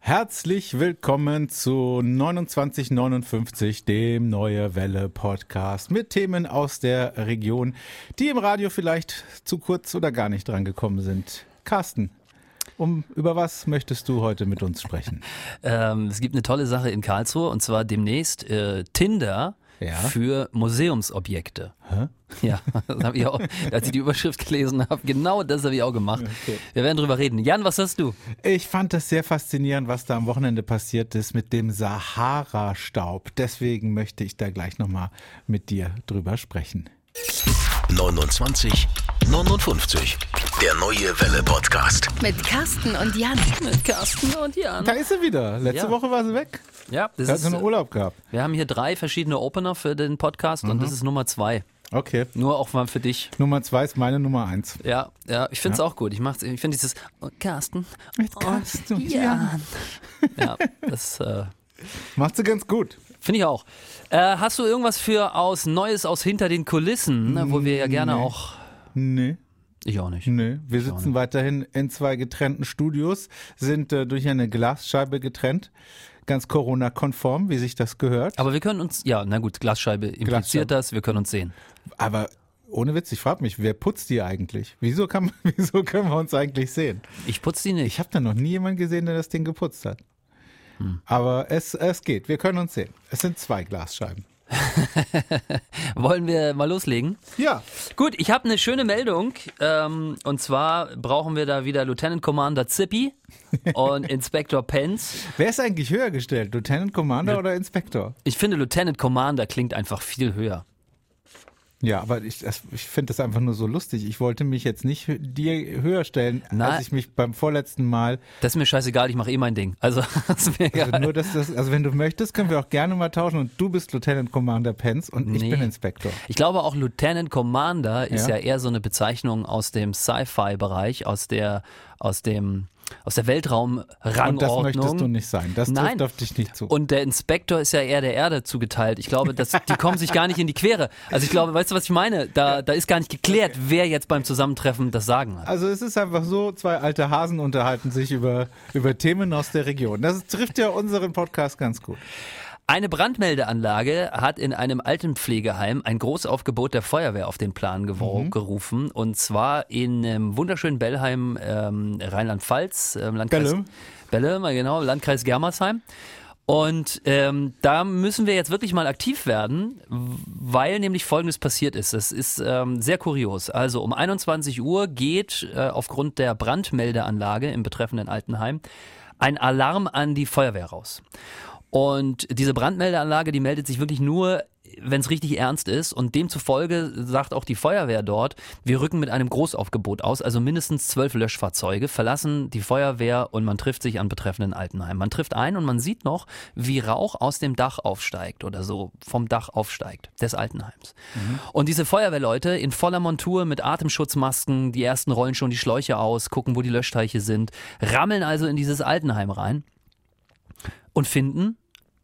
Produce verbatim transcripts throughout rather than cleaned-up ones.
Herzlich willkommen zu neunundzwanzig neunundfünfzig, dem Neue Welle Podcast mit Themen aus der Region, die im Radio vielleicht zu kurz oder gar nicht dran gekommen sind. Carsten, um über was möchtest du heute mit uns sprechen? Ähm, es gibt eine tolle Sache in Karlsruhe und zwar demnächst äh, Tinder ja? für Museumsobjekte. Hä? Ja, das habe ich auch, als ich die Überschrift gelesen habe, genau das habe ich auch gemacht. Okay. Wir werden drüber reden. Jan, was hast du? Ich fand das sehr faszinierend, was da am Wochenende passiert ist mit dem Sahara-Staub. Deswegen möchte ich da gleich nochmal mit dir drüber sprechen. neunundzwanzig neunundfünfzig, der Neue Welle Podcast. Mit Carsten und Jan. Mit Carsten und Jan. Da ist sie wieder. Letzte Ja. Woche war sie weg. Ja, das Da ist hat sie einen Urlaub gehabt. Wir haben hier drei verschiedene Opener für den Podcast mhm. und das ist Nummer zwei. Okay. Nur auch mal für dich. Nummer zwei ist meine Nummer eins. Ja, ja, ich finde es Ja. auch gut. Ich mach's, ich finde dieses oh, Carsten Mit Carsten und Jan. Ja, das äh, Macht sie ganz gut. finde ich auch. Äh, hast du irgendwas für aus Neues aus hinter den Kulissen, ne, wo wir ja gerne Nee. auch... Nee. Ich auch nicht. Nee, wir Ich auch sitzen nicht. weiterhin in zwei getrennten Studios, sind äh, durch eine Glasscheibe getrennt, ganz Corona-konform, wie sich das gehört. Aber wir können uns, ja, na gut, Glasscheibe impliziert Glasscheibe. das, wir können uns sehen. Aber ohne Witz, ich frage mich, wer putzt die eigentlich? Wieso, kann, wieso können wir uns eigentlich sehen? Ich putze die nicht. Ich habe da noch nie jemanden gesehen, der das Ding geputzt hat. Hm. Aber es, es geht, wir können uns sehen. Es sind zwei Glasscheiben. Wollen wir mal loslegen? Ja. Gut, ich habe eine schöne Meldung. Ähm, und zwar brauchen wir da wieder Lieutenant Commander Zippy und Inspektor Pence. Wer ist eigentlich höher gestellt? Lieutenant Commander oder Inspektor? Ich finde, Lieutenant Commander klingt einfach viel höher. Ja, aber ich, das- ich finde das einfach nur so lustig. Ich wollte mich jetzt nicht hö- dir höher stellen, Nein. als ich mich beim vorletzten Mal. Das ist mir scheißegal, ich mache eh mein Ding. Also, das ist mir Also, egal. nur, dass das, also wenn du möchtest, können wir auch gerne mal tauschen und du bist Lieutenant Commander Pence und ich Nee. bin Inspektor. Ich glaube auch Lieutenant Commander ist Ja. ja eher so eine Bezeichnung aus dem Sci-Fi-Bereich, aus der, aus dem, aus der Weltraumrangordnung. Und das möchtest du nicht sein. Das Nein. trifft auf dich nicht zu. Und der Inspektor ist ja eher der Erde zugeteilt. Ich glaube, dass, die kommen sich gar nicht in die Quere. Also ich glaube, weißt du, was ich meine? Da, da ist gar nicht geklärt, wer jetzt beim Zusammentreffen das Sagen hat. Also es ist einfach so, zwei alte Hasen unterhalten sich über, über Themen aus der Region. Das trifft ja unseren Podcast ganz gut. Eine Brandmeldeanlage hat in einem Altenpflegeheim ein Großaufgebot der Feuerwehr auf den Plan gewo- Mhm. gerufen. Und zwar in ähm, wunderschönen Bellheim, ähm, Rheinland-Pfalz, ähm, Landkreis Belle. Belle, mal genau, Landkreis Germersheim. Und ähm, da müssen wir jetzt wirklich mal aktiv werden, weil nämlich Folgendes passiert ist. Das ist ähm, sehr kurios. Also um einundzwanzig Uhr geht äh, aufgrund der Brandmeldeanlage im betreffenden Altenheim ein Alarm an die Feuerwehr raus. Und diese Brandmeldeanlage, die meldet sich wirklich nur, wenn es richtig ernst ist. Und demzufolge sagt auch die Feuerwehr dort, wir rücken mit einem Großaufgebot aus, also mindestens zwölf Löschfahrzeuge, verlassen die Feuerwehr und man trifft sich an betreffenden Altenheim. Man trifft ein und man sieht noch, wie Rauch aus dem Dach aufsteigt oder so vom Dach aufsteigt des Altenheims. Mhm. Und diese Feuerwehrleute in voller Montur mit Atemschutzmasken, die ersten rollen schon die Schläuche aus, gucken, wo die Löschteiche sind, rammeln also in dieses Altenheim rein und finden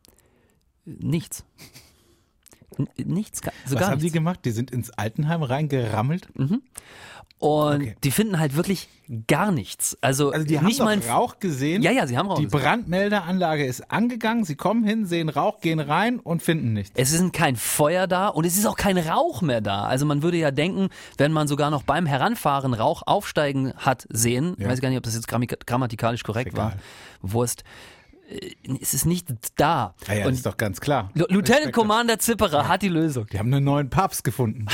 nichts. N- Nichts, gar- so Was gar haben die nichts. gemacht? Die sind ins Altenheim reingerammelt? Und Okay. die finden halt wirklich gar nichts. Also, Also die haben nicht doch mal ein Rauch gesehen. Ja, ja, sie haben Rauch Die gesehen. Brandmeldeanlage ist angegangen, sie kommen hin, sehen Rauch, gehen rein und finden nichts. Es ist kein Feuer da und es ist auch kein Rauch mehr da. Also man würde ja denken, wenn man sogar noch beim Heranfahren Rauch aufsteigen hat sehen, Ja. weiß gar nicht, ob das jetzt grammika- grammatikalisch korrekt war, egal. Wurst, äh, es ist nicht da. Ja, ja, und das ist doch ganz klar. Lu- Lieutenant Inspektor. Commander Zipperer hat die Lösung. Die haben einen neuen Papst gefunden.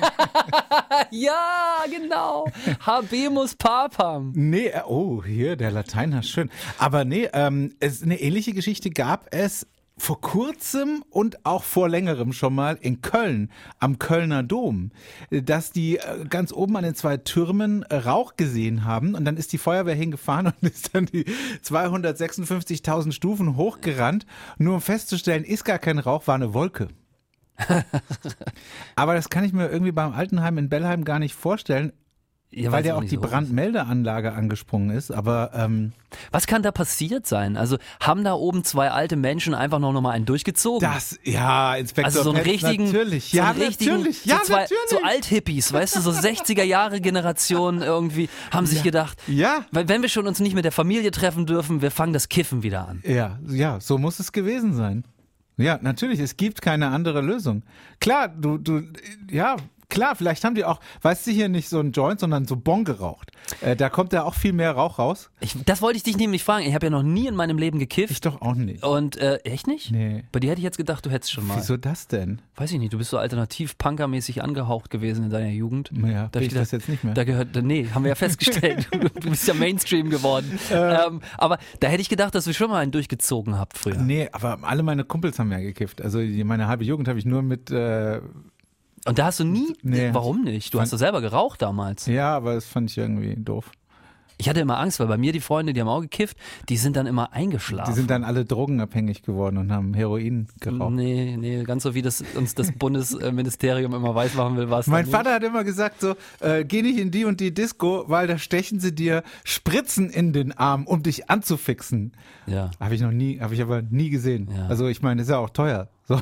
Ja, genau. Habemus Papam. Nee, äh, oh, hier, der Latein hast schön. Aber nee, ähm, es, eine ähnliche Geschichte gab es vor kurzem und auch vor längerem schon mal in Köln, am Kölner Dom, dass die äh, ganz oben an den zwei Türmen äh, Rauch gesehen haben und dann ist die Feuerwehr hingefahren und ist dann die zweihundertsechsundfünfzigtausend Stufen hochgerannt, nur um festzustellen, ist gar kein Rauch, war eine Wolke. Aber das kann ich mir irgendwie beim Altenheim in Bellheim gar nicht vorstellen. Ja, weil weiß ja auch auch nicht die so. Brandmeldeanlage angesprungen ist, aber ähm, Was kann da passiert sein? Also haben da oben zwei alte Menschen einfach noch mal einen durchgezogen? das, ja, Inspektor Also so einen Petz, richtigen, natürlich, so ja, einen richtigen, natürlich, so ja, zwei, natürlich. so Althippies, weißt du, so sechziger Jahre Generation irgendwie, haben sich gedacht, Ja. weil wenn wir schon uns nicht mit der Familie treffen dürfen, wir fangen das Kiffen wieder an. Ja, ja, so muss es gewesen sein. Ja, natürlich, es gibt keine andere Lösung. Klar, du, du, ja, klar, vielleicht haben die auch, weißt du, hier nicht so ein Joint, sondern so Bon geraucht. Äh, da kommt ja auch viel mehr Rauch raus. Ich, das wollte ich dich nämlich fragen. Ich habe ja noch nie in meinem Leben gekifft. Ich doch auch nicht. Und äh, echt nicht? Nee. Bei dir hätte ich jetzt gedacht, du hättest schon mal. Wieso das denn? Weiß ich nicht, du bist so alternativ-punkermäßig angehaucht gewesen in deiner Jugend. Ja, Da bin hab ich gedacht, das jetzt nicht mehr. Da gehört, nee, haben wir ja festgestellt. du, du bist ja Mainstream geworden. ähm, aber da hätte ich gedacht, dass ihr schon mal einen durchgezogen habt früher. Nee, aber alle meine Kumpels haben ja gekifft. Also die, meine halbe Jugend habe ich nur mit, äh, Und da hast du nie, Nee. warum nicht? Du hast doch selber geraucht damals. ja, aber das fand ich irgendwie doof. Ich hatte immer Angst, weil bei mir die Freunde, die haben auch gekifft, die sind dann immer eingeschlafen. Die sind dann alle drogenabhängig geworden und haben Heroin geraucht. Nee, nee, ganz so wie das uns das Bundesministerium immer weiß machen will, was. Mein Vater hat immer gesagt so, äh, geh nicht in die und die Disco, weil da stechen sie dir Spritzen in den Arm, um dich anzufixen. Ja. Habe ich noch nie, habe ich aber nie gesehen. Ja. Also ich meine, ist ja auch teuer. So.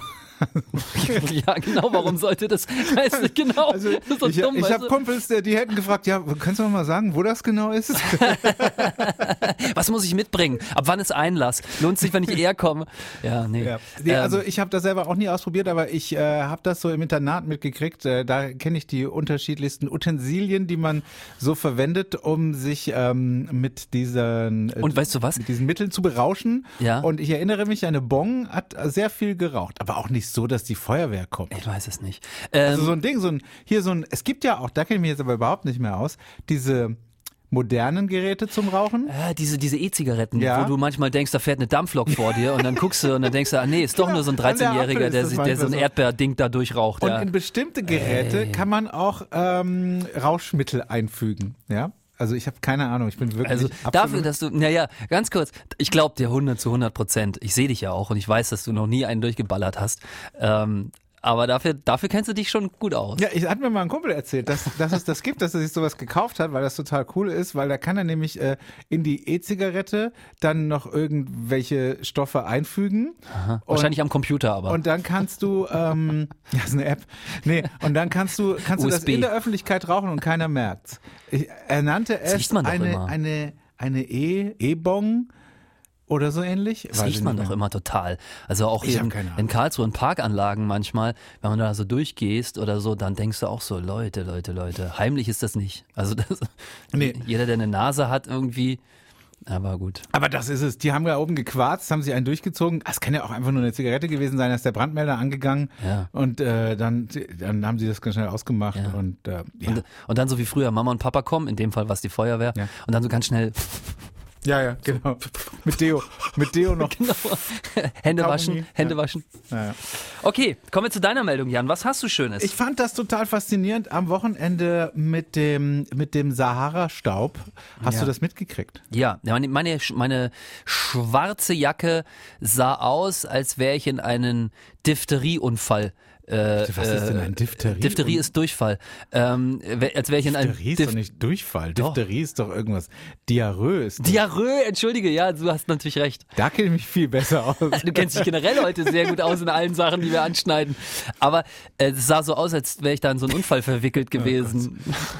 Ja, genau, warum sollte das, weißt du, genau, Also das ist so ich, dumm, ich weißt habe du? Kumpels, die, die hätten gefragt, ja, kannst du noch mal sagen, wo das genau ist? Was muss ich mitbringen? Ab wann ist Einlass? Lohnt sich, wenn ich eher komme? Ja, nee. Ja. Nee, Ähm, also ich habe das selber auch nie ausprobiert, aber ich äh, habe das so im Internat mitgekriegt. Äh, da kenne ich die unterschiedlichsten Utensilien, die man so verwendet, um sich ähm, mit diesen äh, Und weißt du was? mit diesen Mitteln zu berauschen. Ja. Und ich erinnere mich, eine Bong hat sehr viel geraucht, aber auch nicht so, dass die Feuerwehr kommt. Ich weiß es nicht. Ähm, Also so ein Ding, so ein hier so ein. Es gibt ja auch, da kenne ich mich jetzt aber überhaupt nicht mehr aus, diese modernen Geräte zum Rauchen. äh, diese diese E-Zigaretten, Ja. wo du manchmal denkst, da fährt eine Dampflok vor dir und dann guckst du und dann denkst du, ah nee, ist doch Genau, nur so ein an der dreizehnjähriger, Ampel der, ist das sich- der so ein manchmal so. Erdbeerding da durchraucht. Und Ja. in bestimmte Geräte kann man auch ähm, Rauschmittel einfügen. Ja, also ich habe keine Ahnung. Ich bin wirklich Also absolut dafür, dass du, naja, ganz kurz, ich glaube dir hundert zu hundert Prozent. Ich sehe dich ja auch und ich weiß, dass du noch nie einen durchgeballert hast. Ähm, aber dafür, dafür kennst du dich schon gut aus. Ja, ich hat mir mal ein Kumpel erzählt, dass, dass es das gibt, dass er sich sowas gekauft hat, weil das total cool ist, weil da kann er nämlich äh, in die E-Zigarette dann noch irgendwelche Stoffe einfügen. Aha. Wahrscheinlich am Computer aber. Und dann kannst du, ähm, ja, ist eine App. Nee, und dann kannst du, kannst du U S das B. in der Öffentlichkeit rauchen und keiner merkt's. Ich, er nannte Das es riecht man doch eine, immer. eine, eine E, E-Bong oder so ähnlich. Das Weiß riecht ich man nicht doch mehr. immer total. Also auch Ich hier hab in, keine Ahnung. in Karlsruhe in Parkanlagen manchmal, wenn man da so durchgehst oder so, dann denkst du auch so, Leute, Leute, Leute, heimlich ist das nicht. Also das, Nee. jeder, der eine Nase hat irgendwie, aber gut. Aber das ist es. Die haben da oben gequarzt, haben sich einen durchgezogen. Es kann ja auch einfach nur eine Zigarette gewesen sein, da ist der Brandmelder angegangen Ja. und äh, dann, dann haben sie das ganz schnell ausgemacht. Ja. Und, äh, ja. Und, und dann so wie früher Mama und Papa kommen, in dem Fall war es die Feuerwehr, Ja. und dann so ganz schnell ja, ja, genau. Mit Deo. Mit Deo noch. genau, Hände Kaugummi, waschen, Hände ja. waschen. Ja, ja. Okay, kommen wir zu deiner Meldung, Jan. Was hast du Schönes? Ich fand das total faszinierend am Wochenende mit dem, mit dem Sahara-Staub. Hast Ja. du das mitgekriegt? Ja, meine, meine, meine schwarze Jacke sah aus, als wäre ich in einen Diphterieunfall. Äh, Was ist denn ein Diphtherie? Diphtherie ist Durchfall. Ähm, wär- als wäre ich in einem Diphtherie ist Diph- doch nicht Durchfall. Doch. Diphtherie ist doch irgendwas. Diarrhoe ist. Diarrhoe, entschuldige, ja, du hast natürlich recht. Da kenne ich mich viel besser aus. Du kennst dich generell heute sehr gut aus in allen Sachen, die wir anschneiden. Aber äh, es sah so aus, als wäre ich da in so einen Unfall verwickelt gewesen.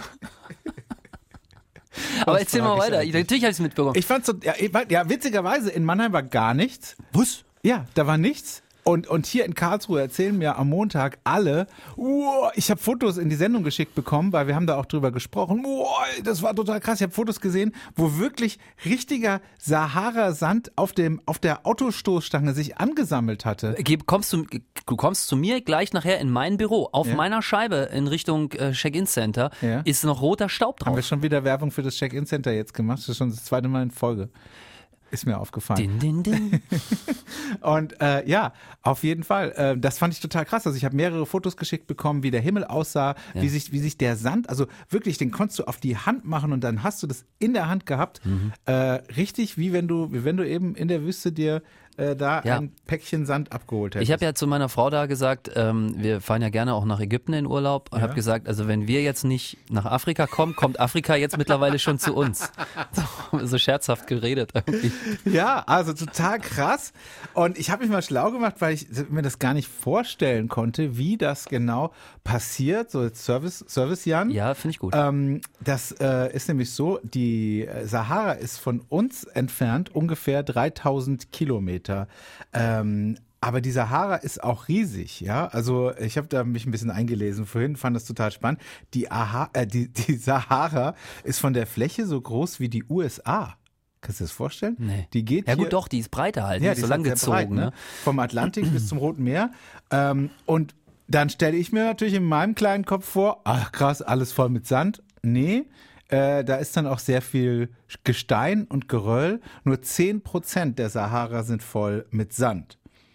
Aber Was erzähl frag mal ich weiter. eigentlich? Natürlich habe ich es mitbekommen. Ich fand so, ja, ich- ja, witzigerweise, in Mannheim war gar nichts. Was? Ja, da war nichts. Und, und hier in Karlsruhe erzählen mir am Montag alle, oh, ich habe Fotos in die Sendung geschickt bekommen, weil wir haben da auch drüber gesprochen. Oh, das war total krass. Ich habe Fotos gesehen, wo wirklich richtiger Sahara-Sand auf dem auf der Autostoßstange sich angesammelt hatte. Geh- Kommst du, du kommst zu mir gleich nachher in mein Büro. Auf Ja. meiner Scheibe in Richtung äh, Check-in-Center Ja. ist noch roter Staub Haben wir drauf. schon wieder Werbung für das Check-in-Center jetzt gemacht? Das ist schon das zweite Mal in Folge. Ist mir aufgefallen. Din, din, din. Und äh, ja, auf jeden Fall. Äh, das fand ich total krass. Also ich habe mehrere Fotos geschickt bekommen, wie der Himmel aussah, Ja. wie sich, wie sich der Sand, also wirklich, den konntest du auf die Hand machen und dann hast du das in der Hand gehabt. Mhm. Äh, richtig, wie wenn du, wie wenn du eben in der Wüste dir äh, da Ja. ein Päckchen Sand abgeholt hättest. Ich habe ja zu meiner Frau da gesagt, ähm, wir fahren ja gerne auch nach Ägypten in Urlaub und Ja. habe gesagt, also wenn wir jetzt nicht nach Afrika kommen, kommt Afrika jetzt mittlerweile schon zu uns. So, so scherzhaft geredet irgendwie. Ja, also total krass. Und ich habe mich mal schlau gemacht, weil ich mir das gar nicht vorstellen konnte, wie das genau passiert. So jetzt Service, Service Jan. Ja, finde ich gut. Ähm, das äh, ist nämlich so, die Sahara ist von uns entfernt ungefähr dreitausend Kilometer. Ähm, aber die Sahara ist auch riesig, ja. Also ich habe da mich ein bisschen eingelesen vorhin, fand das total spannend. Die, Aha, äh, die, die Sahara ist von der Fläche so groß wie die U S A. Kannst du dir das vorstellen? Nee. Die geht Ja hier, gut, doch, die ist breiter halt, ja, nicht die so ist lang halt sehr gezogen. breit, Ne? Vom Atlantik bis zum Roten Meer. Ähm, und dann stelle ich mir natürlich in meinem kleinen Kopf vor, ach krass, alles voll mit Sand. Nee, äh, da ist dann auch sehr viel Gestein und Geröll. Nur zehn Prozent der Sahara sind voll mit Sand.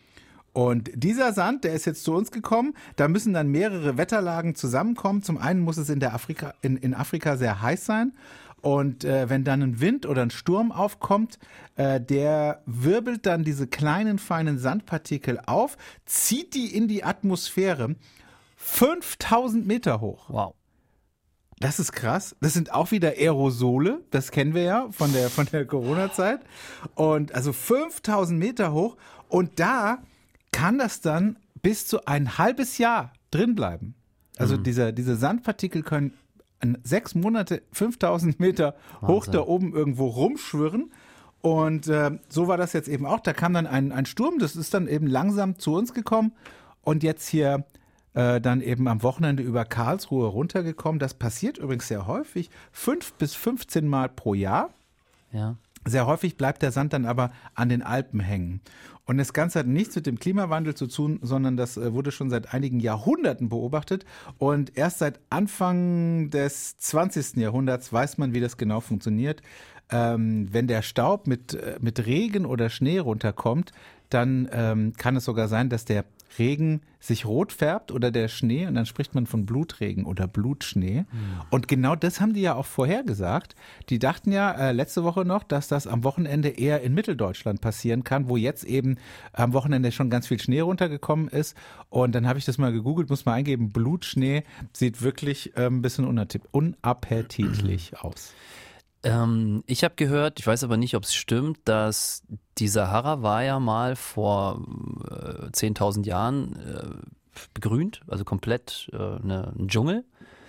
Und dieser Sand, der ist jetzt zu uns gekommen, da müssen dann mehrere Wetterlagen zusammenkommen. Zum einen muss es in, der Afrika, in, in Afrika sehr heiß sein. Und äh, wenn dann ein Wind oder ein Sturm aufkommt, äh, der wirbelt dann diese kleinen, feinen Sandpartikel auf, zieht die in die Atmosphäre fünftausend Meter hoch. Wow. Das ist krass. Das sind auch wieder Aerosole. Das kennen wir ja von der, von der Corona-Zeit. Und also fünftausend Meter hoch. Und da kann das dann bis zu ein halbes Jahr drin bleiben. Also mhm. diese, diese Sandpartikel können sechs Monate fünftausend Meter hoch Wahnsinn. Da oben irgendwo rumschwirren. Und äh, so war das jetzt eben auch. Da kam dann ein, ein Sturm, das ist dann eben langsam zu uns gekommen und jetzt hier äh, dann eben am Wochenende über Karlsruhe runtergekommen. Das passiert übrigens sehr häufig, fünf bis fünfzehn Mal pro Jahr. Ja. Sehr häufig bleibt der Sand dann aber an den Alpen hängen. Und das Ganze hat nichts mit dem Klimawandel zu tun, sondern das wurde schon seit einigen Jahrhunderten beobachtet. Und erst seit Anfang des zwanzigsten Jahrhunderts weiß man, wie das genau funktioniert. Ähm, wenn der Staub mit, mit Regen oder Schnee runterkommt, dann ähm, kann es sogar sein, dass der Regen sich rot färbt oder der Schnee und dann spricht man von Blutregen oder Blutschnee. Mhm. Und genau das haben die ja auch vorhergesagt. Die dachten ja äh, letzte Woche noch, dass das am Wochenende eher in Mitteldeutschland passieren kann, wo jetzt eben am Wochenende schon ganz viel Schnee runtergekommen ist. Und dann habe ich das mal gegoogelt, muss mal eingeben, Blutschnee sieht wirklich äh, ein bisschen unappetitlich aus. Ähm, ich habe gehört, ich weiß aber nicht, ob es stimmt, dass die Sahara war ja mal vor äh, zehntausend Jahren äh, begrünt, also komplett äh, eine, ein Dschungel.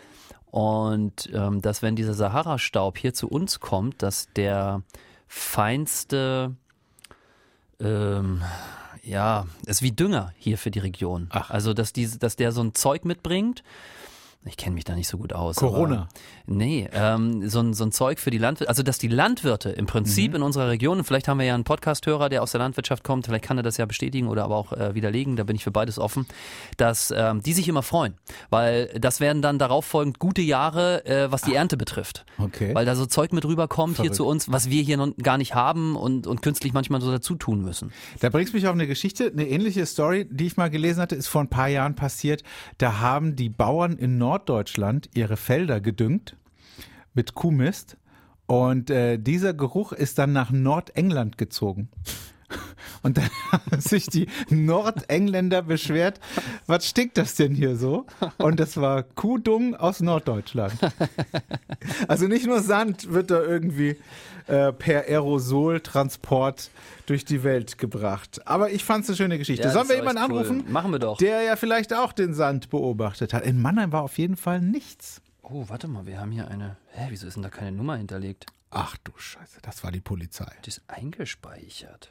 Und ähm, dass wenn dieser Sahara-Staub hier zu uns kommt, dass der feinste, ähm, ja, ist wie Dünger hier für die Region. Ach. Also dass, die, dass der so ein Zeug mitbringt. Ich kenne mich da nicht so gut aus. Corona. Aber, nee, ähm, so, ein, so ein Zeug für die Landwirte, also dass die Landwirte im Prinzip mhm. in unserer Region, und vielleicht haben wir ja einen Podcast-Hörer, der aus der Landwirtschaft kommt, vielleicht kann er das ja bestätigen oder aber auch äh, widerlegen, da bin ich für beides offen, dass ähm, die sich immer freuen, weil das werden dann darauf folgend gute Jahre, äh, was die Ach. Ernte betrifft. Okay. Weil da so Zeug mit rüberkommt Verrückt. Hier zu uns, was wir hier noch gar nicht haben und, und künstlich manchmal so dazu tun müssen. Da bringst du mich auf eine Geschichte, eine ähnliche Story, die ich mal gelesen hatte, ist vor ein paar Jahren passiert. Da haben die Bauern in Norddeutschland ihre Felder gedüngt mit Kuhmist und äh, dieser Geruch ist dann nach Nordengland gezogen. Und dann haben sich die Nordengländer beschwert, was stinkt das denn hier so? Und das war Kuhdung aus Norddeutschland. Also nicht nur Sand wird da irgendwie äh, per Aerosoltransport durch die Welt gebracht. Aber ich fand es eine schöne Geschichte. Ja, Sollen wir ist jemanden cool. anrufen? Machen wir doch. Der ja vielleicht auch den Sand beobachtet hat. In Mannheim war auf jeden Fall nichts. Oh, warte mal, wir haben hier eine. Hä, wieso ist denn da keine Nummer hinterlegt? Ach du Scheiße, das war die Polizei. Die ist eingespeichert.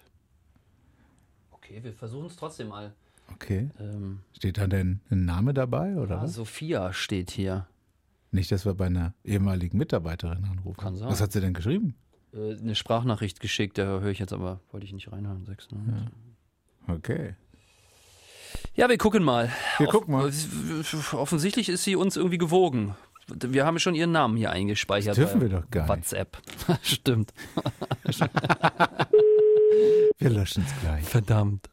Okay, wir versuchen es trotzdem mal. Okay. Ähm, Steht da denn ein Name dabei, oder ja, was? Sophia steht hier. Nicht, dass wir bei einer ehemaligen Mitarbeiterin anrufen. Kann sein. Was hat sie denn geschrieben? Äh, eine Sprachnachricht geschickt, da höre ich jetzt aber, wollte ich nicht reinhören. sechs, neun, Ja. Okay. Ja, wir gucken mal. Wir gucken mal. Offensichtlich ist sie uns irgendwie gewogen. Wir haben schon ihren Namen hier eingespeichert. Das dürfen wir doch gar WhatsApp. Stimmt. Wir löschen es gleich. Verdammt.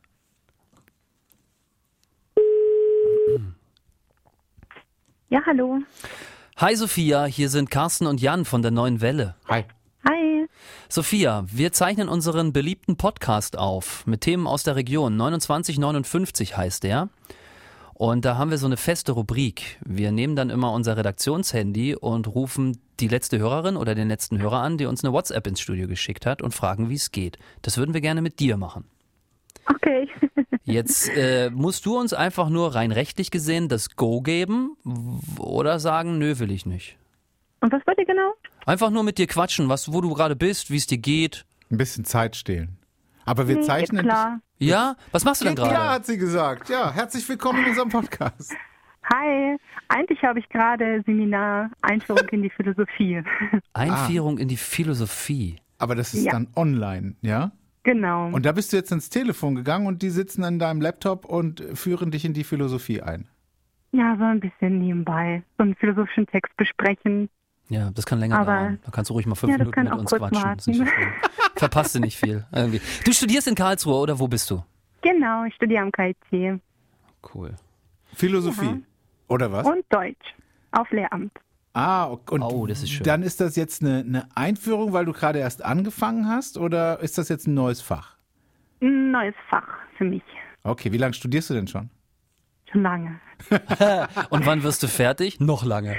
Ja, hallo. Hi Sophia, hier sind Carsten und Jan von der Neuen Welle. Hi. Hi. Sophia, wir zeichnen unseren beliebten Podcast auf mit Themen aus der Region. neunundzwanzig neunundfünfzig heißt der. Und da haben wir so eine feste Rubrik. Wir nehmen dann immer unser Redaktionshandy und rufen die letzte Hörerin oder den letzten Hörer an, die uns eine WhatsApp ins Studio geschickt hat und fragen, wie es geht. Das würden wir gerne mit dir machen. Okay. Jetzt äh, musst du uns einfach nur rein rechtlich gesehen das Go geben oder sagen, nö, will ich nicht. Und was wollt ihr genau? Einfach nur mit dir quatschen, was, wo du gerade bist, wie es dir geht. Ein bisschen Zeit stehlen. Aber wir Nee, zeichnen... klar. Ja? Was machst du denn Ja, gerade? hat sie gesagt. Ja, herzlich willkommen in unserem Podcast. Hi. Eigentlich habe ich gerade Seminar Einführung in die Philosophie. Einführung in die Philosophie. Aber das ist Ja. dann online, ja? Genau. Und da bist du jetzt ins Telefon gegangen und die sitzen an deinem Laptop und führen dich in die Philosophie ein. Ja, so ein bisschen nebenbei. So einen philosophischen Text besprechen. Ja, das kann länger Aber- dauern. Da kannst du ruhig mal fünf Ja, das Minuten kann mit auch uns kurz quatschen. warten. Ist nicht so schlimm. Verpasst du nicht viel. Irgendwie. Du studierst in Karlsruhe oder wo bist du? Genau, ich studiere am K I T. Cool. Philosophie. Ja. Oder was? Und Deutsch. Auf Lehramt. Ah, und Oh, das ist schön. dann ist das jetzt eine, eine Einführung, weil du gerade erst angefangen hast, oder ist das jetzt ein neues Fach? Ein neues Fach für mich. Okay, wie lange studierst du denn schon? Schon lange. Und wann wirst du fertig? Noch lange.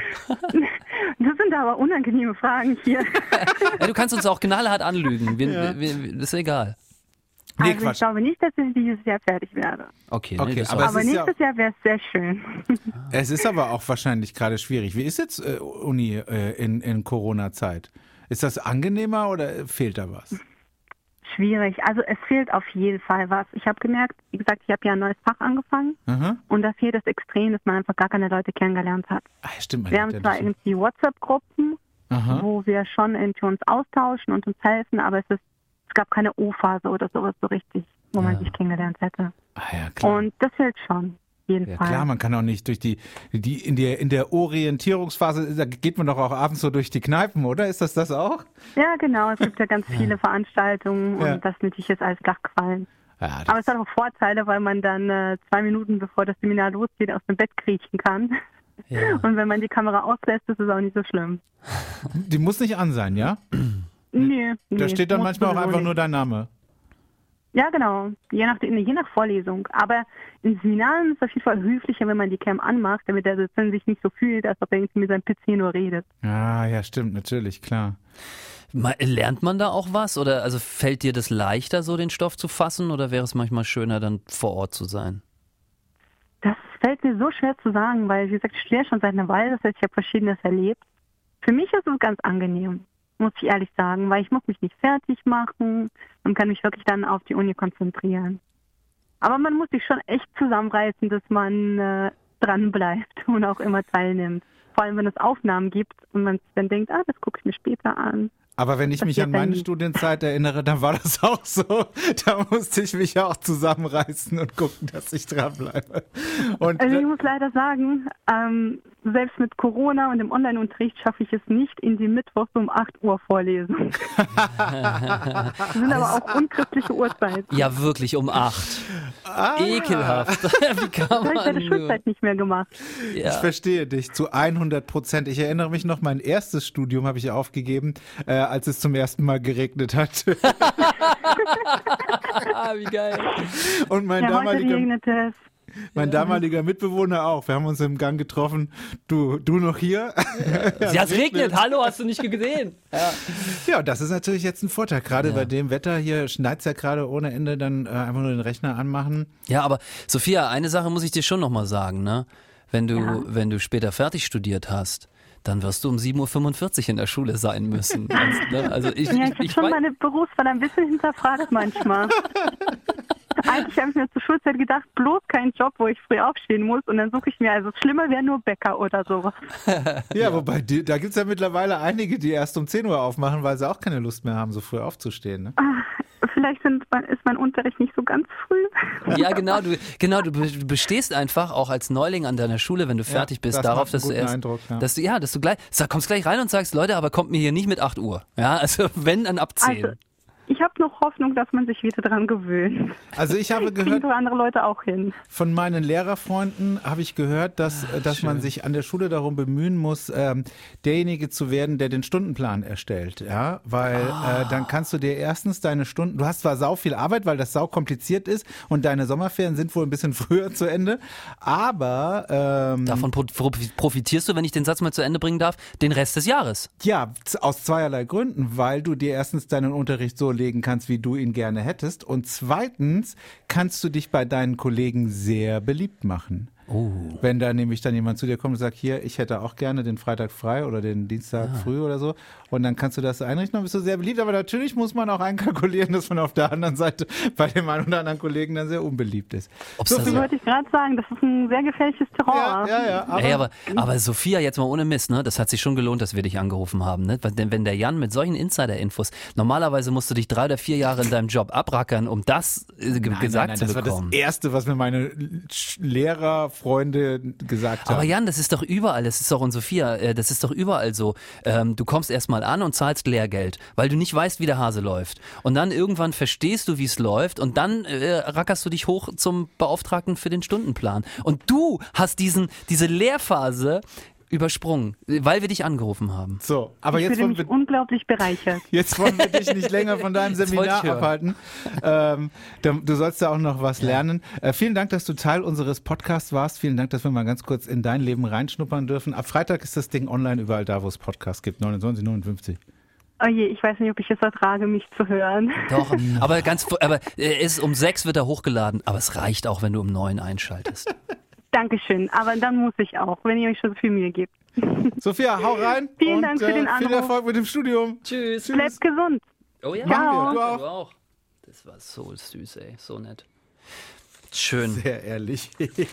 Das sind aber unangenehme Fragen hier. Ja, du kannst uns auch knallhart anlügen. Wir, wir, wir, das ist egal. Nee, also ich Quatsch. glaube nicht, dass ich dieses Jahr fertig werde. Okay, Okay, nee, das aber war, Es Aber ist ja- nächstes Jahr wäre es sehr schön. Es ist aber auch wahrscheinlich gerade schwierig. Wie ist jetzt äh, Uni äh, in, in Corona-Zeit? Ist das angenehmer oder fehlt da was? Schwierig. Also es fehlt auf jeden Fall was. Ich habe gemerkt, wie gesagt, ich habe ja ein neues Fach angefangen Aha. und da fehlt es extrem, dass man einfach gar keine Leute kennengelernt hat. Ah, ja, stimmt. man Wir hat haben ja zwar nicht- irgendwie WhatsApp-Gruppen, Aha. wo wir schon irgendwie uns austauschen und uns helfen, aber es, ist, es gab keine O-Phase oder sowas so richtig, wo Ja. man sich kennengelernt hätte. Ah, ja, klar. Und das fehlt schon, auf jeden Ja Fall. klar, man kann auch nicht durch die, die in der in der Orientierungsphase, da geht man doch auch abends so durch die Kneipen, oder? Ist das das auch? Ja, genau. Es gibt ja ganz viele Veranstaltungen Ja. und das ist natürlich jetzt alles flachgefallen. Ja, das, Aber es hat auch Vorteile, weil man dann äh, zwei Minuten bevor das Seminar losgeht aus dem Bett kriechen kann. ja. Und wenn man die Kamera auslässt, ist es auch nicht so schlimm. die muss nicht an sein, ja? Nee, nee, Da steht dann muss manchmal auch sowieso einfach nicht. nur dein Name. Ja, genau. Je nach, je nach Vorlesung. Aber in Seminaren ist es auf jeden Fall höflicher, wenn man die Cam anmacht, damit der Dozent sich nicht so fühlt, als ob er irgendwie mit seinem P C nur redet. Ah, ja, stimmt, natürlich, klar. Ma- Lernt man da auch was? Oder also fällt dir das leichter, so den Stoff zu fassen? Oder wäre es manchmal schöner, dann vor Ort zu sein? Das fällt mir so schwer zu sagen, weil, wie gesagt, ich studiere schon seit einer Weile, das heißt, ich habe Verschiedenes erlebt. Für mich ist es ganz angenehm, muss ich ehrlich sagen, weil ich muss mich nicht fertig machen und kann mich wirklich dann auf die Uni konzentrieren. Aber man muss sich schon echt zusammenreißen, dass man äh, dran bleibt und auch immer teilnimmt. Vor allem, wenn es Aufnahmen gibt und man sich dann denkt, ah, das gucke ich mir später an. Aber wenn ich mich Passiert an dann meine nie. Studienzeit erinnere, dann war das auch so. Da musste ich mich auch zusammenreißen und gucken, dass ich dranbleibe. Und Also ich muss leider sagen, ähm, selbst mit Corona und dem Online-Unterricht schaffe ich es nicht in die Mittwochs um acht Uhr Vorlesung. Das sind aber auch unchristliche Uhrzeiten. Ja, wirklich um acht. ah, Ekelhaft. Wie kann Das habe ich bei der man nur? Schulzeit nicht mehr gemacht. Ich Ja. verstehe dich zu hundert Prozent. Ich erinnere mich noch, mein erstes Studium habe ich aufgegeben, äh, als es zum ersten Mal geregnet hat. Ah, wie geil. Und mein Ja, heute damaliger, regnet es. mein damaliger Mitbewohner auch. Wir haben uns im Gang getroffen. Du, du noch hier? Ja, es regnet. Hallo, hast du nicht gesehen? Ja. Ja, das ist natürlich jetzt ein Vorteil. Gerade Ja. bei dem Wetter hier schneit es ja gerade ohne Ende, dann äh, einfach nur den Rechner anmachen. Ja, aber Sophia, eine Sache muss ich dir schon nochmal sagen, ne? Wenn du, Ja. wenn du später fertig studiert hast, dann wirst du um sieben Uhr fünfundvierzig in der Schule sein müssen. Und, ne? Also ich, Ja, ich ich, habe ich schon weiß, meine Berufswahl ein bisschen hinterfragt manchmal. Eigentlich habe ich mir zur Schulzeit gedacht, bloß kein Job, wo ich früh aufstehen muss. Und dann suche ich mir, also das Schlimme wäre nur Bäcker oder sowas. Ja, wobei, die, da gibt's ja mittlerweile einige, die erst um zehn Uhr aufmachen, weil sie auch keine Lust mehr haben, so früh aufzustehen. Ne? Vielleicht sind, ist mein Unterricht nicht so ganz früh. ja, genau, du, genau, du be- du bestehst einfach auch als Neuling an deiner Schule, wenn du fertig bist, das darauf, macht einen dass du guten erst, Eindruck, ja. dass du, ja, dass du gleich, sag, kommst gleich rein und sagst, Leute, aber kommt mir hier nicht mit acht Uhr. Ja, also wenn, dann ab zehn. Also, Ich habe noch Hoffnung, dass man sich wieder dran gewöhnt. Also ich habe Kriegen gehört, so andere Leute auch hin. von meinen Lehrerfreunden habe ich gehört, dass, Ach, dass man schön. sich an der Schule darum bemühen muss, ähm, derjenige zu werden, der den Stundenplan erstellt. Ja, weil Ah. äh, dann kannst du dir erstens deine Stunden, du hast zwar sau viel Arbeit, weil das sau kompliziert ist und deine Sommerferien sind wohl ein bisschen früher zu Ende, aber ähm, Davon pro- pro- profitierst du, wenn ich den Satz mal zu Ende bringen darf, den Rest des Jahres. ja, z- aus zweierlei Gründen, weil du dir erstens deinen Unterricht so legen kannst, wie du ihn gerne hättest und zweitens kannst du dich bei deinen Kollegen sehr beliebt machen. Oh. Wenn da nämlich dann jemand zu dir kommt und sagt, hier, ich hätte auch gerne den Freitag frei oder den Dienstag Ah. früh oder so und dann kannst du das einrichten und bist du sehr beliebt, aber natürlich muss man auch einkalkulieren, dass man auf der anderen Seite bei dem einen oder anderen Kollegen dann sehr unbeliebt ist. Ob's So da viel- so- Wollte ich gerade sagen, das ist ein sehr gefährliches Terrain. Ja, ja, ja. Aber, Ey, aber, aber Sophia, jetzt mal ohne Mist, ne? Das hat sich schon gelohnt, dass wir dich angerufen haben, ne? Weil, denn wenn der Jan mit solchen Insider-Infos, normalerweise musst du dich drei oder vier Jahre in deinem Job abrackern, um das äh, ge- nein, gesagt nein, nein, zu das war bekommen. das Erste, was mir meine Sch- Lehrer, Freunde gesagt haben. Aber Jan, das ist doch überall, das ist doch, und Sophia, äh, das ist doch überall so. Ähm, du kommst erstmal an und zahlst Lehrgeld, weil du nicht weißt, wie der Hase läuft. Und dann irgendwann verstehst du, wie es läuft und dann äh, rackerst du dich hoch zum Beauftragten für den Stundenplan. Und du hast diesen, diese Lehrphase übersprungen, weil wir dich angerufen haben. So, aber Ich jetzt fühle wollen mich wir unglaublich bereichert. Jetzt wollen wir dich nicht länger von deinem Jetzt wollte ich Seminar hören. abhalten. Ähm, da- du sollst ja auch noch was lernen. Äh, vielen Dank, dass du Teil unseres Podcasts warst. Vielen Dank, dass wir mal ganz kurz in dein Leben reinschnuppern dürfen. Ab Freitag ist das Ding online überall da, wo es Podcasts gibt. neunundzwanzig neunundfünfzig. Oh je, ich weiß nicht, ob ich es ertrage, mich zu hören. Doch, aber ganz, aber äh, es um sechs wird er hochgeladen, aber es reicht auch, wenn du um neun einschaltest. Dankeschön, aber dann muss ich auch, wenn ihr euch schon so viel Mühe gebt. Sophia, hau rein. Vielen und, Dank für äh, den Viel Anruf. Erfolg mit dem Studium. Tschüss. Bleibt gesund. Oh ja, Machen wir, du danke, auch. du auch. Das war so süß, ey, so nett. Schön. Sehr ehrlich.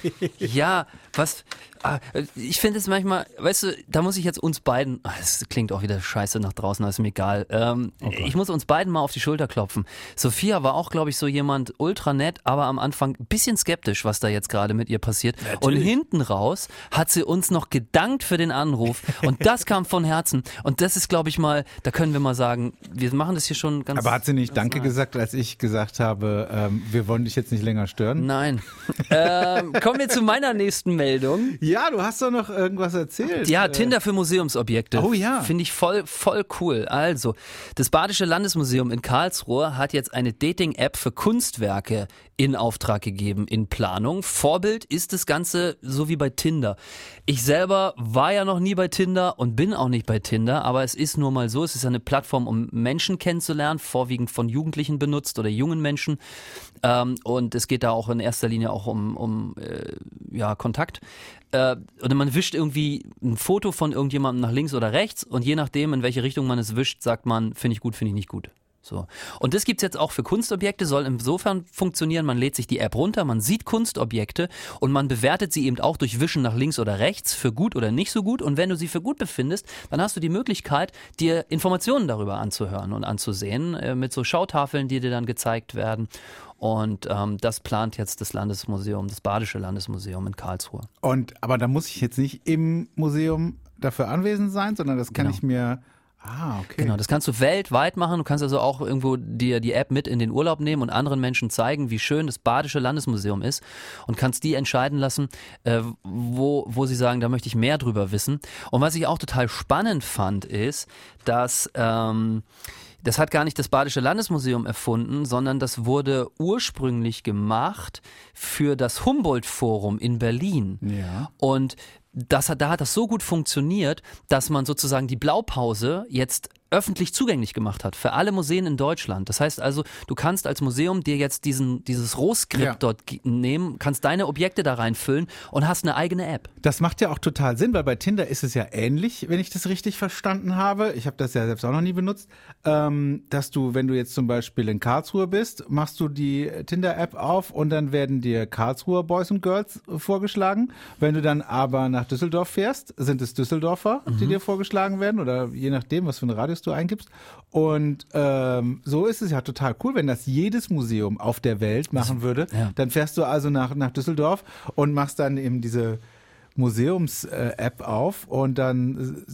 Ja, was, ah, ich finde es manchmal, weißt du, da muss ich jetzt uns beiden, ah, das klingt auch wieder scheiße nach draußen, das ist mir egal, ähm, ich muss uns beiden mal auf die Schulter klopfen. Sophia war auch, glaube ich, so jemand ultra nett, aber am Anfang ein bisschen skeptisch, was da jetzt gerade mit ihr passiert. Und hinten raus hat sie uns noch gedankt für den Anruf und das kam von Herzen und das ist, glaube ich mal, da können wir mal sagen, wir machen das hier schon ganz... Aber hat sie nicht ganz Danke nah. gesagt, als ich gesagt habe, ähm, wir wollen dich jetzt nicht länger stören? Nein. ähm, kommen wir zu meiner nächsten Meldung. Ja, du hast doch noch irgendwas erzählt. Ja, Äh, Tinder für Museumsobjekte. Oh ja. Finde ich voll, voll cool. Also, das Badische Landesmuseum in Karlsruhe hat jetzt eine Dating-App für Kunstwerke in Auftrag gegeben, in Planung. Vorbild ist das Ganze so wie bei Tinder. Ich selber war ja noch nie bei Tinder und bin auch nicht bei Tinder, aber es ist nur mal so, es ist eine Plattform, um Menschen kennenzulernen, vorwiegend von Jugendlichen benutzt oder jungen Menschen. Ähm, und es geht da auch in erster Linie auch um, um äh, ja, Kontakt. Äh, oder man wischt irgendwie ein Foto von irgendjemandem nach links oder rechts und je nachdem, in welche Richtung man es wischt, sagt man, finde ich gut, finde ich nicht gut. So. Und das gibt's jetzt auch für Kunstobjekte, soll insofern funktionieren, man lädt sich die App runter, man sieht Kunstobjekte und man bewertet sie eben auch durch Wischen nach links oder rechts für gut oder nicht so gut und wenn du sie für gut befindest, dann hast du die Möglichkeit, dir Informationen darüber anzuhören und anzusehen, äh, mit so Schautafeln, die dir dann gezeigt werden. Und ähm, das plant jetzt das Landesmuseum, das Badische Landesmuseum in Karlsruhe. Und, aber da muss ich jetzt nicht im Museum dafür anwesend sein, sondern das kann Genau. ich mir. Ah, okay. Genau, das kannst du weltweit machen. Du kannst also auch irgendwo dir die App mit in den Urlaub nehmen und anderen Menschen zeigen, wie schön das Badische Landesmuseum ist und kannst die entscheiden lassen, äh, wo, wo sie sagen, da möchte ich mehr drüber wissen. Und was ich auch total spannend fand, ist, dass ähm, das hat gar nicht das Badische Landesmuseum erfunden, sondern das wurde ursprünglich gemacht für das Humboldt-Forum in Berlin. Ja. Und das hat, da hat das so gut funktioniert, dass man sozusagen die Blaupause jetzt öffentlich zugänglich gemacht hat für alle Museen in Deutschland. Das heißt also, du kannst als Museum dir jetzt diesen, dieses Rohskript Ja. dort g- nehmen, kannst deine Objekte da reinfüllen und hast eine eigene App. Das macht ja auch total Sinn, weil bei Tinder ist es ja ähnlich, wenn ich das richtig verstanden habe. Ich habe das ja selbst auch noch nie benutzt, ähm, dass du, wenn du jetzt zum Beispiel in Karlsruhe bist, machst du die Tinder-App auf und dann werden dir Karlsruher Boys und Girls vorgeschlagen. Wenn du dann aber nach Düsseldorf fährst, sind es Düsseldorfer, die dir vorgeschlagen werden oder je nachdem, was für einen Radius du eingibst. Und ähm, so ist es ja total cool, wenn das jedes Museum auf der Welt machen würde. Ja. Dann fährst du also nach, nach Düsseldorf und machst dann eben diese Museums-App auf und dann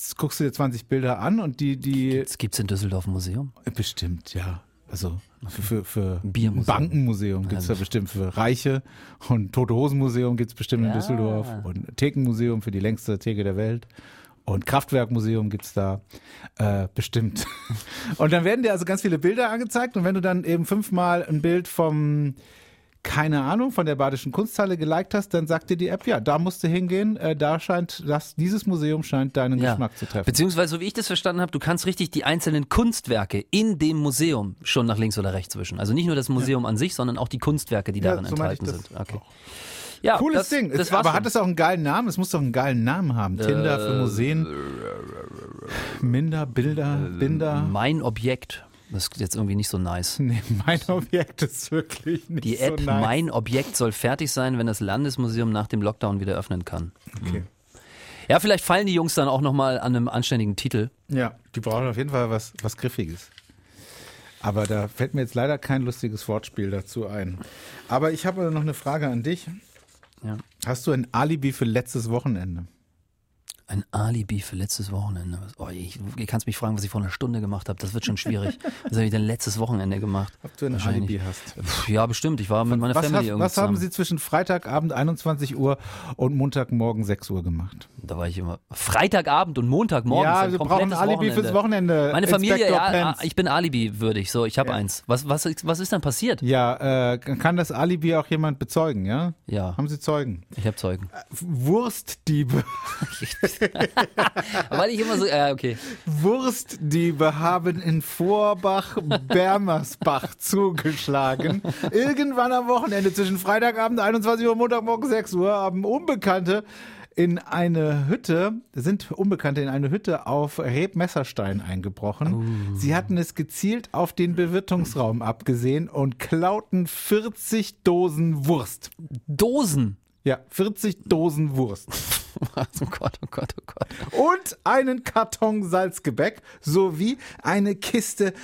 jetzt guckst du dir zwanzig Bilder an und die, die. Das gibt's in Düsseldorf ein Museum? Bestimmt, ja. Also für, für, für Ein Biermuseum. Bankenmuseum gibt es da bestimmt für Reiche und Tote Hosen Museum gibt es bestimmt in Ja. Düsseldorf und Thekenmuseum für die längste Theke der Welt und Kraftwerkmuseum gibt es da äh, bestimmt. Und dann werden dir also ganz viele Bilder angezeigt und wenn du dann eben fünfmal ein Bild vom keine Ahnung, von der Badischen Kunsthalle geliked hast, dann sagt dir die App, ja, da musst du hingehen, äh, da scheint, das, dieses Museum scheint deinen Ja. Geschmack zu treffen. Beziehungsweise, so wie ich das verstanden habe, du kannst richtig die einzelnen Kunstwerke in dem Museum schon nach links oder rechts wischen. Also nicht nur das Museum an sich, sondern auch die Kunstwerke, die Ja, darin so meinte ich enthalten das sind. Okay. auch. Ja, Cooles das, Ding. Das Es, war's aber schon. hat es auch einen geilen Namen? Es muss doch einen geilen Namen haben. Tinder für Museen. Minder, Bilder, Binder. Mein Objekt. Das ist jetzt irgendwie nicht so nice. Nee, mein Objekt ist wirklich nicht Die so App nice. Mein Objekt soll fertig sein, wenn das Landesmuseum nach dem Lockdown wieder öffnen kann. Okay. Ja, vielleicht fallen die Jungs dann auch nochmal an einem anständigen Titel. Ja, die brauchen auf jeden Fall was, was Griffiges. Aber da fällt mir jetzt leider kein lustiges Wortspiel dazu ein. Aber ich habe noch eine Frage an dich. Ja. Hast du ein Alibi für letztes Wochenende? Ein Alibi für letztes Wochenende. Oh, ich, du kannst mich fragen, was ich vor einer Stunde gemacht habe. Das wird schon schwierig. Was habe ich denn letztes Wochenende gemacht? Ob du ein Wahrscheinlich Alibi hast? Pff, Ja, bestimmt. Ich war mit meiner Was, Family hast, irgendwie was haben zusammen. Sie zwischen Freitagabend einundzwanzig Uhr und Montagmorgen sechs Uhr gemacht? Da war ich immer. Freitagabend und Montagmorgen. ja, ist wir ein brauchen ein komplettes Alibi Wochenende. fürs Wochenende. Meine Familie, Inspector ja, Pence. ich bin Alibi-würdig. So, ich habe Ja. eins. Was, was, was ist dann passiert? Ja, äh, kann das Alibi auch jemand bezeugen, ja? Ja, Haben Sie Zeugen? ich habe Zeugen. Wurstdiebe. Weil ich immer so, ja, okay. Wurstdiebe haben in Vorbach-Bermersbach zugeschlagen. Irgendwann am Wochenende zwischen Freitagabend einundzwanzig Uhr und Montagmorgen sechs Uhr haben Unbekannte in eine Hütte, sind Unbekannte in eine Hütte auf Rebmesserstein eingebrochen. Oh. Sie hatten es gezielt auf den Bewirtungsraum abgesehen und klauten vierzig Dosen Wurst. Dosen. Ja, vierzig Dosen Wurst. Oh Gott, oh Gott, oh Gott. Und einen Karton Salzgebäck sowie eine Kiste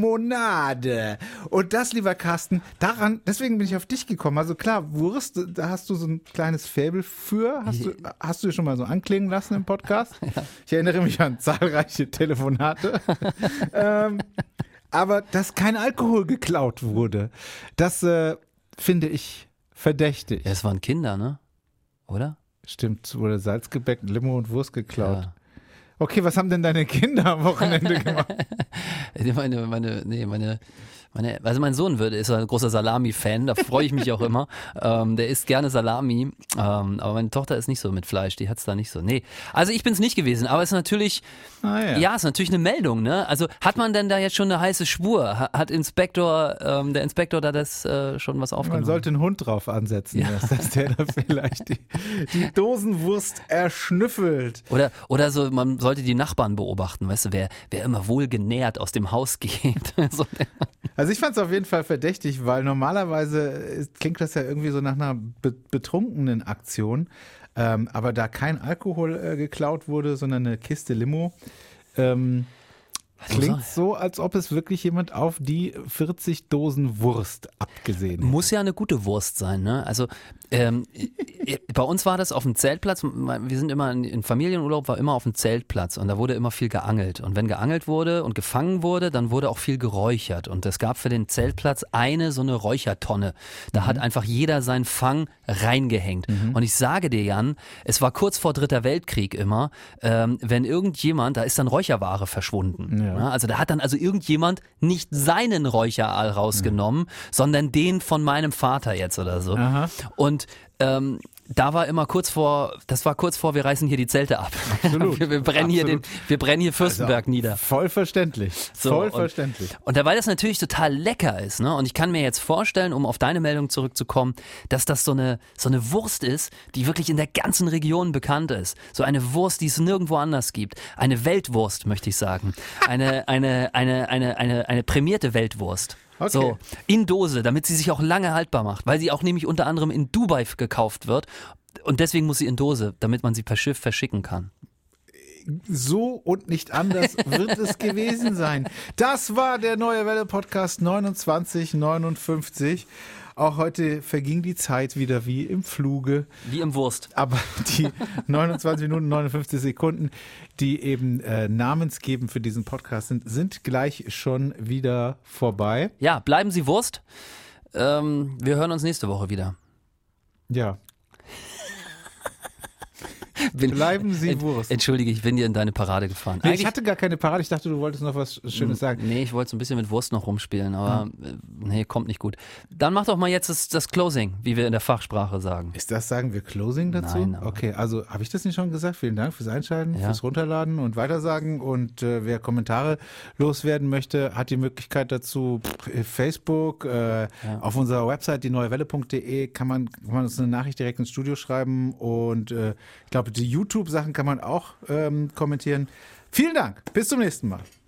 Limonade. Und das, lieber Carsten, daran, deswegen bin ich auf dich gekommen. Also klar, Wurst, da hast du so ein kleines Faible für. Hast du, hast du dir schon mal so anklingen lassen im Podcast? Ja. Ich erinnere mich an zahlreiche Telefonate. ähm, aber dass kein Alkohol geklaut wurde, das äh, finde ich verdächtig. Ja, es waren Kinder, ne? Oder? Stimmt, wurde Salzgebäck, Limo und Wurst geklaut. Ja. Okay, was haben denn deine Kinder am Wochenende gemacht? Meine, meine, nee, meine, meine, also mein Sohn würde, ist ein großer Salami-Fan, da freue ich mich auch immer. Ähm, der isst gerne Salami, ähm, aber meine Tochter ist nicht so mit Fleisch, die hat's da nicht so. Nee, also ich bin's nicht gewesen, aber es ist natürlich, Ah, ja. ja, ist natürlich eine Meldung, ne? Also hat man denn da jetzt schon eine heiße Spur? Ha- Hat Inspektor, ähm, der Inspektor da das äh, schon was aufgenommen? Man sollte einen Hund drauf ansetzen, erst, dass der da vielleicht die, die Dosenwurst erschnüffelt. Oder, oder so, man sollte die Nachbarn beobachten, weißt du, wer, wer immer wohl genährt aus dem Haus geht. so, Also ich fand es auf jeden Fall verdächtig, weil normalerweise ist, klingt das ja irgendwie so nach einer be betrunkenen Aktion. Ähm, aber da kein Alkohol äh, geklaut wurde, sondern eine Kiste Limo, ähm, klingt so, als ob es wirklich jemand auf die vierzig Dosen Wurst abgesehen hätte. Muss ja eine gute Wurst sein, ne? Also ähm, bei uns war das auf dem Zeltplatz. Wir sind immer in, in Familienurlaub, war immer auf dem Zeltplatz und da wurde immer viel geangelt. Und wenn geangelt wurde und gefangen wurde, dann wurde auch viel geräuchert. Und es gab für den Zeltplatz eine so eine Räuchertonne. Da mhm. hat einfach jeder seinen Fang reingehängt. Mhm. Und ich sage dir, Jan, es war kurz vor Dritter Weltkrieg immer, ähm, wenn irgendjemand, da ist dann Räucherware verschwunden. Ja. Ja, also da hat dann also irgendjemand nicht seinen Räucheraal rausgenommen, mhm. sondern den von meinem Vater jetzt oder so. Aha. Und ähm, da war immer kurz vor, das war kurz vor, wir reißen hier die Zelte ab. Absolut. wir, wir, brennen hier den, wir brennen hier Fürstenberg also, nieder. Voll verständlich. So, voll und, verständlich. Und da, weil das natürlich total lecker ist, ne? Und ich kann mir jetzt vorstellen, um auf deine Meldung zurückzukommen, dass das so eine, so eine Wurst ist, die wirklich in der ganzen Region bekannt ist. So eine Wurst, die es nirgendwo anders gibt. Eine Weltwurst, möchte ich sagen. Eine, eine, eine, eine, eine, eine prämierte Weltwurst. Okay. So, in Dose, damit sie sich auch lange haltbar macht, weil sie auch nämlich unter anderem in Dubai gekauft wird und deswegen muss sie in Dose, damit man sie per Schiff verschicken kann. So und nicht anders wird es gewesen sein. Das war der Neue Welle Podcast neunundzwanzig neunundfünfzig. Auch heute verging die Zeit wieder wie im Fluge. Wie im Wurst. Aber die neunundzwanzig Minuten, neunundfünfzig Sekunden, die eben äh, namensgebend für diesen Podcast sind, sind gleich schon wieder vorbei. Ja, bleiben Sie Wurst. Ähm, wir hören uns nächste Woche wieder. Ja. Bin, Bleiben Sie ent, Wurst. Entschuldige, ich bin dir in deine Parade gefahren. Nee, ich hatte gar keine Parade, ich dachte, du wolltest noch was Schönes sagen. Nee, ich wollte so ein bisschen mit Wurst noch rumspielen, aber hm. nee, kommt nicht gut. Dann mach doch mal jetzt das, das Closing, wie wir in der Fachsprache sagen. Ist das, sagen wir Closing dazu? Nein, aber okay, also habe ich das nicht schon gesagt? Vielen Dank fürs Einschalten, ja. fürs Runterladen und Weitersagen. Und äh, wer Kommentare loswerden möchte, hat die Möglichkeit dazu. Pff, Facebook, äh, ja. auf unserer Website die neue welle punkt de kann man, kann man uns eine Nachricht direkt ins Studio schreiben. Und äh, ich glaube, die YouTube-Sachen kann man auch ähm, kommentieren. Vielen Dank. Bis zum nächsten Mal.